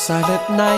silent night.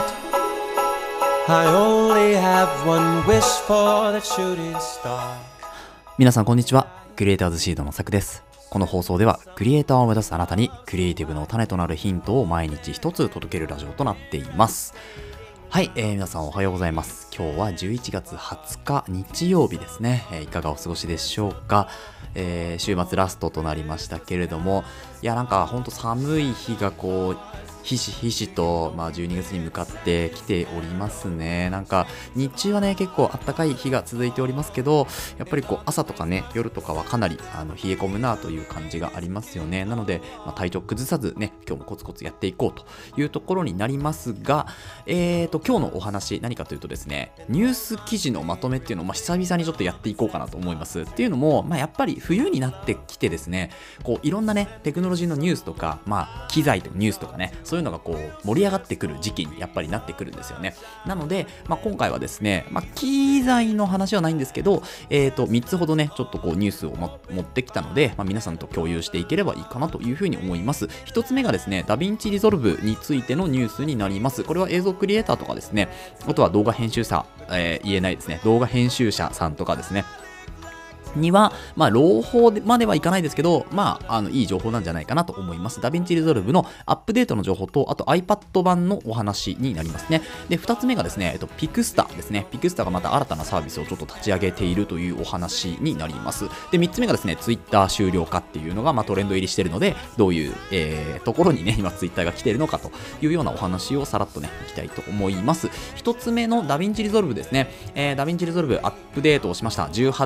I only have one wish for the shooting star. 皆さんこんにちは。クリエイターズシードのさくです。この放送ではクリエイターを目指すあなたにクリエイティブの種となるヒントを毎日一つ届けるラジオとなっています。はい、皆さんおはようございます。今日は11月20日日曜日ですね。いかがお過ごしでしょうか。週末ラストとなりましたけれども、いやなんかほんと寒い日がひしひしと、12月に向かってきておりますね。なんか日中はね結構暖かい日が続いておりますけど、やっぱり朝とかね夜とかはかなり冷え込むなという感じがありますよね。なので、体調崩さずね今日もコツコツやっていこうというところになりますが、今日のお話何かというとですね、ニュース記事のまとめっていうのを久々にちょっとやっていこうかなと思います。っていうのも、やっぱり冬になってきてですね、いろんなねテクノロジーのニュースとか、機材とかニュースとかね、そういうのが盛り上がってくる時期にやっぱりなってくるんですよね。なので、今回はですね、機材の話はないんですけど、3つほどねちょっとニュースを持ってきたので、皆さんと共有していければいいかなというふうに思います。1つ目がですね、ダヴィンチリゾルブについてのニュースになります。これは映像クリエイターとかですね、あとは動画編集者、言えないですね、動画編集者さんとかですねには、朗報まではいかないですけど、いい情報なんじゃないかなと思います。ダヴィンチリゾルブのアップデートの情報と、あと iPad 版のお話になりますね。で、2つ目がですね、ピクスタですね。ピクスタがまた新たなサービスをちょっと立ち上げているというお話になります。で、3つ目がですね、Twitter 終了化っていうのが、トレンド入りしているので、どういう、ところにね、今 Twitter が来ているのかというようなお話をさらっとね、いきたいと思います。1つ目のダヴィンチリゾルブですね。ダヴィンチリゾルブアップデートをしました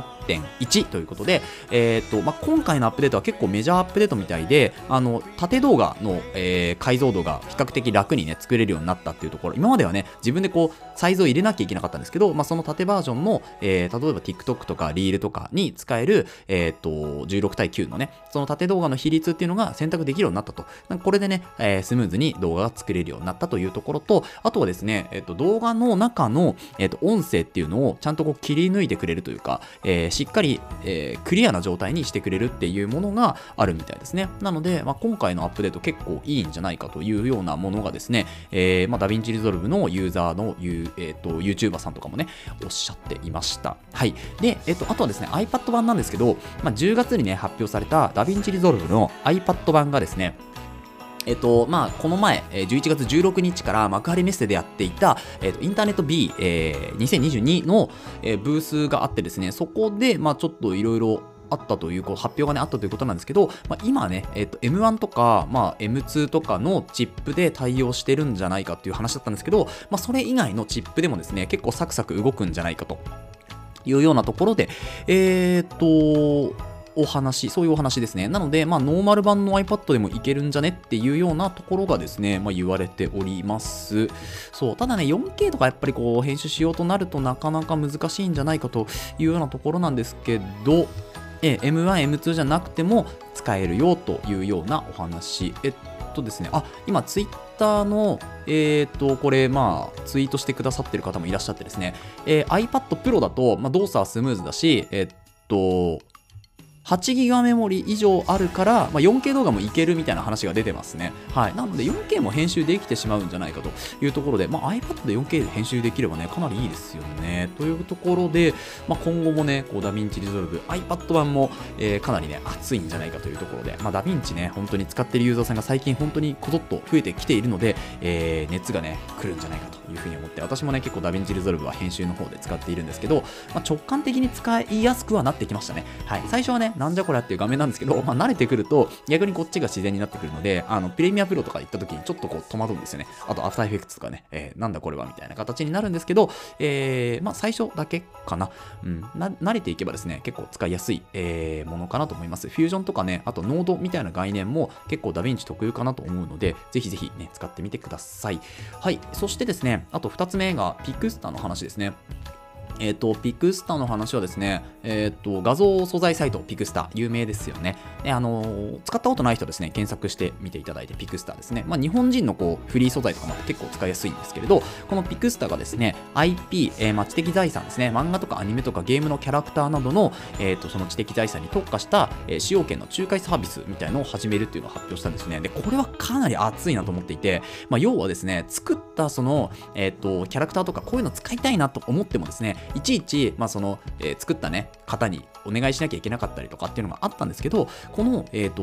。18.1ということで、今回のアップデートは結構メジャーアップデートみたいで、縦動画の、解像度が比較的楽にね作れるようになったっていうところ、今まではね自分でサイズを入れなきゃいけなかったんですけど、その縦バージョンの、例えば TikTok とかリールとかに使える、16対9のねその縦動画の比率っていうのが選択できるようになったと。これでね、スムーズに動画が作れるようになったというところと、あとはですね、動画の中の、音声っていうのをちゃんと切り抜いてくれるというか、しっかり、クリアな状態にしてくれるっていうものがあるみたいですね。なので、今回のアップデート結構いいんじゃないかというようなものがですね、ダヴィンチリゾルブのユーザーの、YouTuber さんとかもねおっしゃっていました。はい。で、あとはですね iPad 版なんですけど、10月にね発表されたダヴィンチリゾルブの iPad 版がですね、この前、11月16日から幕張メッセでやっていた、インターネット B2022 の、ブースがあってですね、そこで、ちょっといろいろあったという発表がねあったということなんですけど、今ね、M1 とか、M2 とかのチップで対応してるんじゃないかっていう話だったんですけど、それ以外のチップでもですね結構サクサク動くんじゃないかというようなところで、そういうお話ですね。なので、ノーマル版の iPad でもいけるんじゃねっていうようなところがですね、言われております。そう、ただね、4K とかやっぱり編集しようとなるとなかなか難しいんじゃないかというようなところなんですけど、M1、M2 じゃなくても使えるよというようなお話。ですね、今、ツイッターの、これ、ツイートしてくださってる方もいらっしゃってですね、iPad Pro だと、動作はスムーズだし、8GB メモリ以上あるから、4K 動画もいけるみたいな話が出てますね。はい。なので 4K も編集できてしまうんじゃないかというところで、iPad で 4K で編集できればね、かなりいいですよね。というところで、今後もね、ダヴィンチリゾルブ iPad 版も、かなりね、熱いんじゃないかというところで、ダヴィンチね、本当に使っているユーザーさんが最近本当にこぞっと増えてきているので、熱がね、来るんじゃないかというふうに思って、私もね、結構ダヴィンチリゾルブは編集の方で使っているんですけど、直感的に使いやすくはなってきましたね。はい。最初はね、なんじゃこりゃっていう画面なんですけど、慣れてくると逆にこっちが自然になってくるので、プレミアプロとか行った時にちょっと戸惑うんですよね。あとアフターエフェクツとかね、なんだこれはみたいな形になるんですけど、最初だけかな。慣れていけばですね、結構使いやすい、ものかなと思います。フュージョンとかね、あとノードみたいな概念も結構ダヴィンチ特有かなと思うので、ぜひぜひね、使ってみてください。はい。そしてですね、あと2つ目がピクスタの話ですね。 ピクスタの話はですね、画像素材サイトピクスタ有名ですよね。で、使ったことない人はですね、検索してみていただいて、ピクスタですね。日本人のフリー素材とかも結構使いやすいんですけれど、このピクスタがですね、IP、知的財産ですね、漫画とかアニメとかゲームのキャラクターなどの、その知的財産に特化した、使用権の仲介サービスみたいのを始めるっていうのを発表したんですね。で、これはかなり熱いなと思っていて、要はですね、作ったその、キャラクターとかこういうの使いたいなと思ってもですね、いちいち、作ったね、方にお願いしなきゃいけなかったりとかっていうのがあったんですけど、この、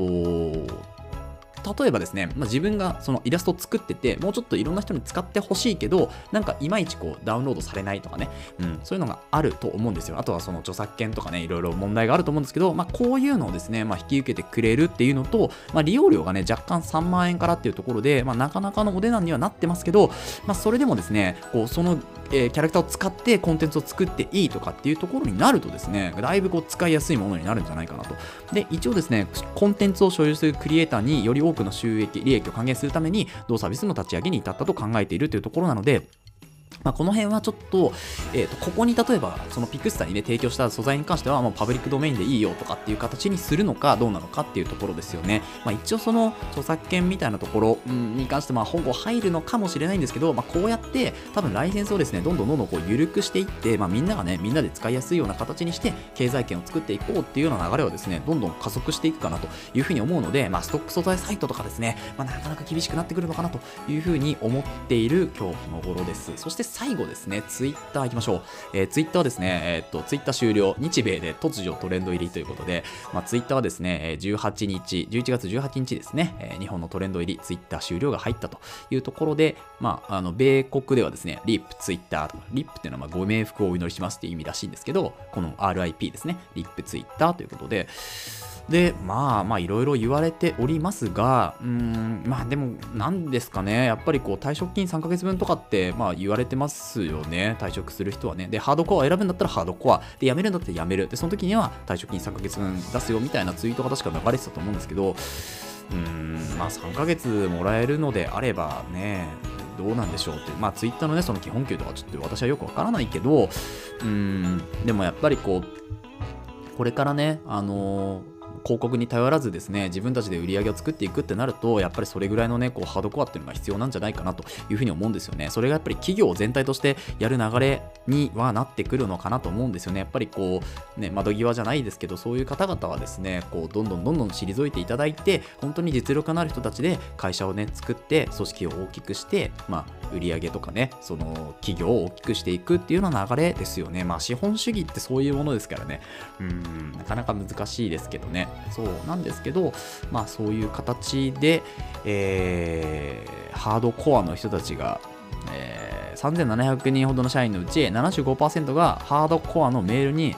例えばですね、自分がそのイラストを作ってて、もうちょっといろんな人に使ってほしいけど、なんかいまいちダウンロードされないとかね、そういうのがあると思うんですよ。あとはその著作権とかね、いろいろ問題があると思うんですけど、こういうのをですね、引き受けてくれるっていうのと、利用料がね、若干3万円からっていうところで、なかなかのお値段にはなってますけど、それでもですね、そのキャラクターを使ってコンテンツを作っていいとかっていうところになるとですね、だいぶ使いやすいものになるんじゃないかなと。で、一応ですね、コンテンツを所有するクリエイターにより多くの利益を還元するために同サービスの立ち上げに至ったと考えているというところなので、この辺はちょっと、ここに例えばそのピクスタにね提供した素材に関してはもうパブリックドメインでいいよとかっていう形にするのかどうなのかっていうところですよね。一応その著作権みたいなところに関して保護入るのかもしれないんですけど、こうやって多分ライセンスをですねどんどん緩くしていって、みんながねみんなで使いやすいような形にして経済圏を作っていこうっていうような流れをですねどんどん加速していくかなというふうに思うので、ストック素材サイトとかですね、なかなか厳しくなってくるのかなというふうに思っている今日この頃です。そして最後ですね、ツイッター行きましょう。ツイッターはですね、ツイッター終了、日米で突如トレンド入りということで、ツイッターはですね、11月18日ですね、日本のトレンド入り、ツイッター終了が入ったというところで、米国ではですね、リップツイッターとか、リップっていうのはご冥福をお祈りしますっていう意味らしいんですけど、この RIP ですね、リップツイッターということで、いろいろ言われておりますが、でもなんですかね、やっぱり退職金3ヶ月分とかって言われてますよね、退職する人はね。で、ハードコアを選ぶんだったらハードコアで、辞めるんだったら辞める、でその時には退職金3ヶ月分出すよみたいなツイートが確か流れてたと思うんですけど、3ヶ月もらえるのであればね、どうなんでしょうって、ツイッターのねその基本給とかちょっと私はよくわからないけど、でもやっぱりこれからね、広告に頼らずですね、自分たちで売り上げを作っていくってなると、やっぱりそれぐらいのねハードコアっていうのが必要なんじゃないかなというふうに思うんですよね。それがやっぱり企業全体としてやる流れにはなってくるのかなと思うんですよね。やっぱり窓際じゃないですけど、そういう方々はですねどんどん退いていただいて、本当に実力のある人たちで会社をね作って組織を大きくして、売り上げとかねその企業を大きくしていくっていうような流れですよね。資本主義ってそういうものですからね、なかなか難しいですけどね。そうなんですけど、そういう形で、ハードコアの人たちが、3700人ほどの社員のうち 75% がハードコアのメールに、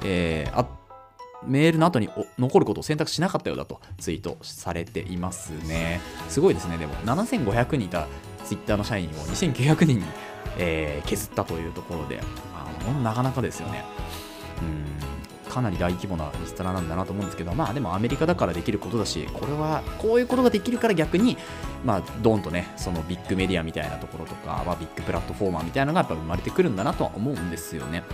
メールの後に残ることを選択しなかったようだとツイートされていますね。すごいですね。でも7500人いたツイッターの社員を2900人に、削ったというところで、なかなかですよね。かなり大規模なリストラなんだなと思うんですけど、でもアメリカだからできることだし、こういうことができるから逆にドーンとねそのビッグメディアみたいなところとか、ビッグプラットフォーマーみたいなのがやっぱ生まれてくるんだなとは思うんですよね。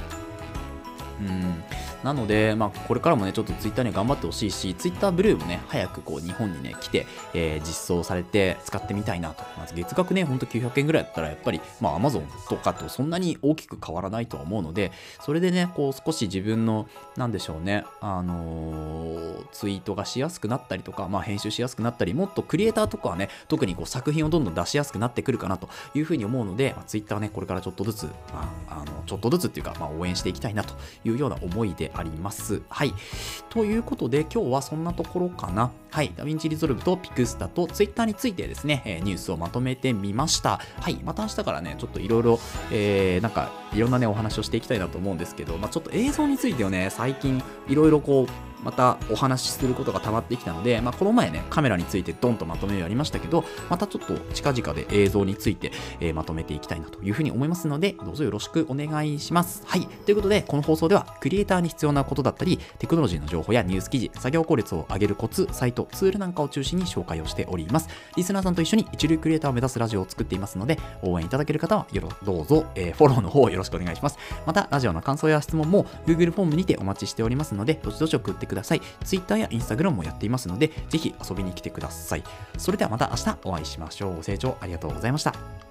なので、これからもねちょっとツイッターに頑張ってほしいし、ツイッターブルーもね早く日本にね来て、実装されて使ってみたいなと。まず月額ねほんと900円ぐらいだったらやっぱりAmazon とかとそんなに大きく変わらないとは思うので、それでね少し自分のなんでしょうねツイートがしやすくなったりとか、編集しやすくなったり、もっとクリエイターとかはね特に作品をどんどん出しやすくなってくるかなというふうに思うので、ツイッターはねこれからちょっとずつっていうか、応援していきたいなというような思いであります。はい。ということで今日はそんなところかな。はい。ダヴィンチリゾルブとピクスタとツイッターについてですね、ニュースをまとめてみました。はい。また明日からね、ちょっといろいろ、いろんなね、お話をしていきたいなと思うんですけど、ちょっと映像についてはね、最近いろいろまたお話しすることが溜まってきたので、この前ね、カメラについてドンとまとめをやりましたけど、またちょっと近々で映像について、まとめていきたいなというふうに思いますので、どうぞよろしくお願いします。はい。ということで、この放送では、クリエイターに必要なことだったり、テクノロジーの情報やニュース記事、作業効率を上げるコツ、サイト、ツールなんかを中心に紹介をしております。リスナーさんと一緒に一流クリエイターを目指すラジオを作っていますので、応援いただける方はどうぞ、フォローの方をよろしくお願いします。また、ラジオの感想や質問も Google フォームにてお待ちしておりますので、どしどし送ってください。Twitter や Instagram もやっていますので、ぜひ遊びに来てください。それではまた明日お会いしましょう。ご清聴ありがとうございました。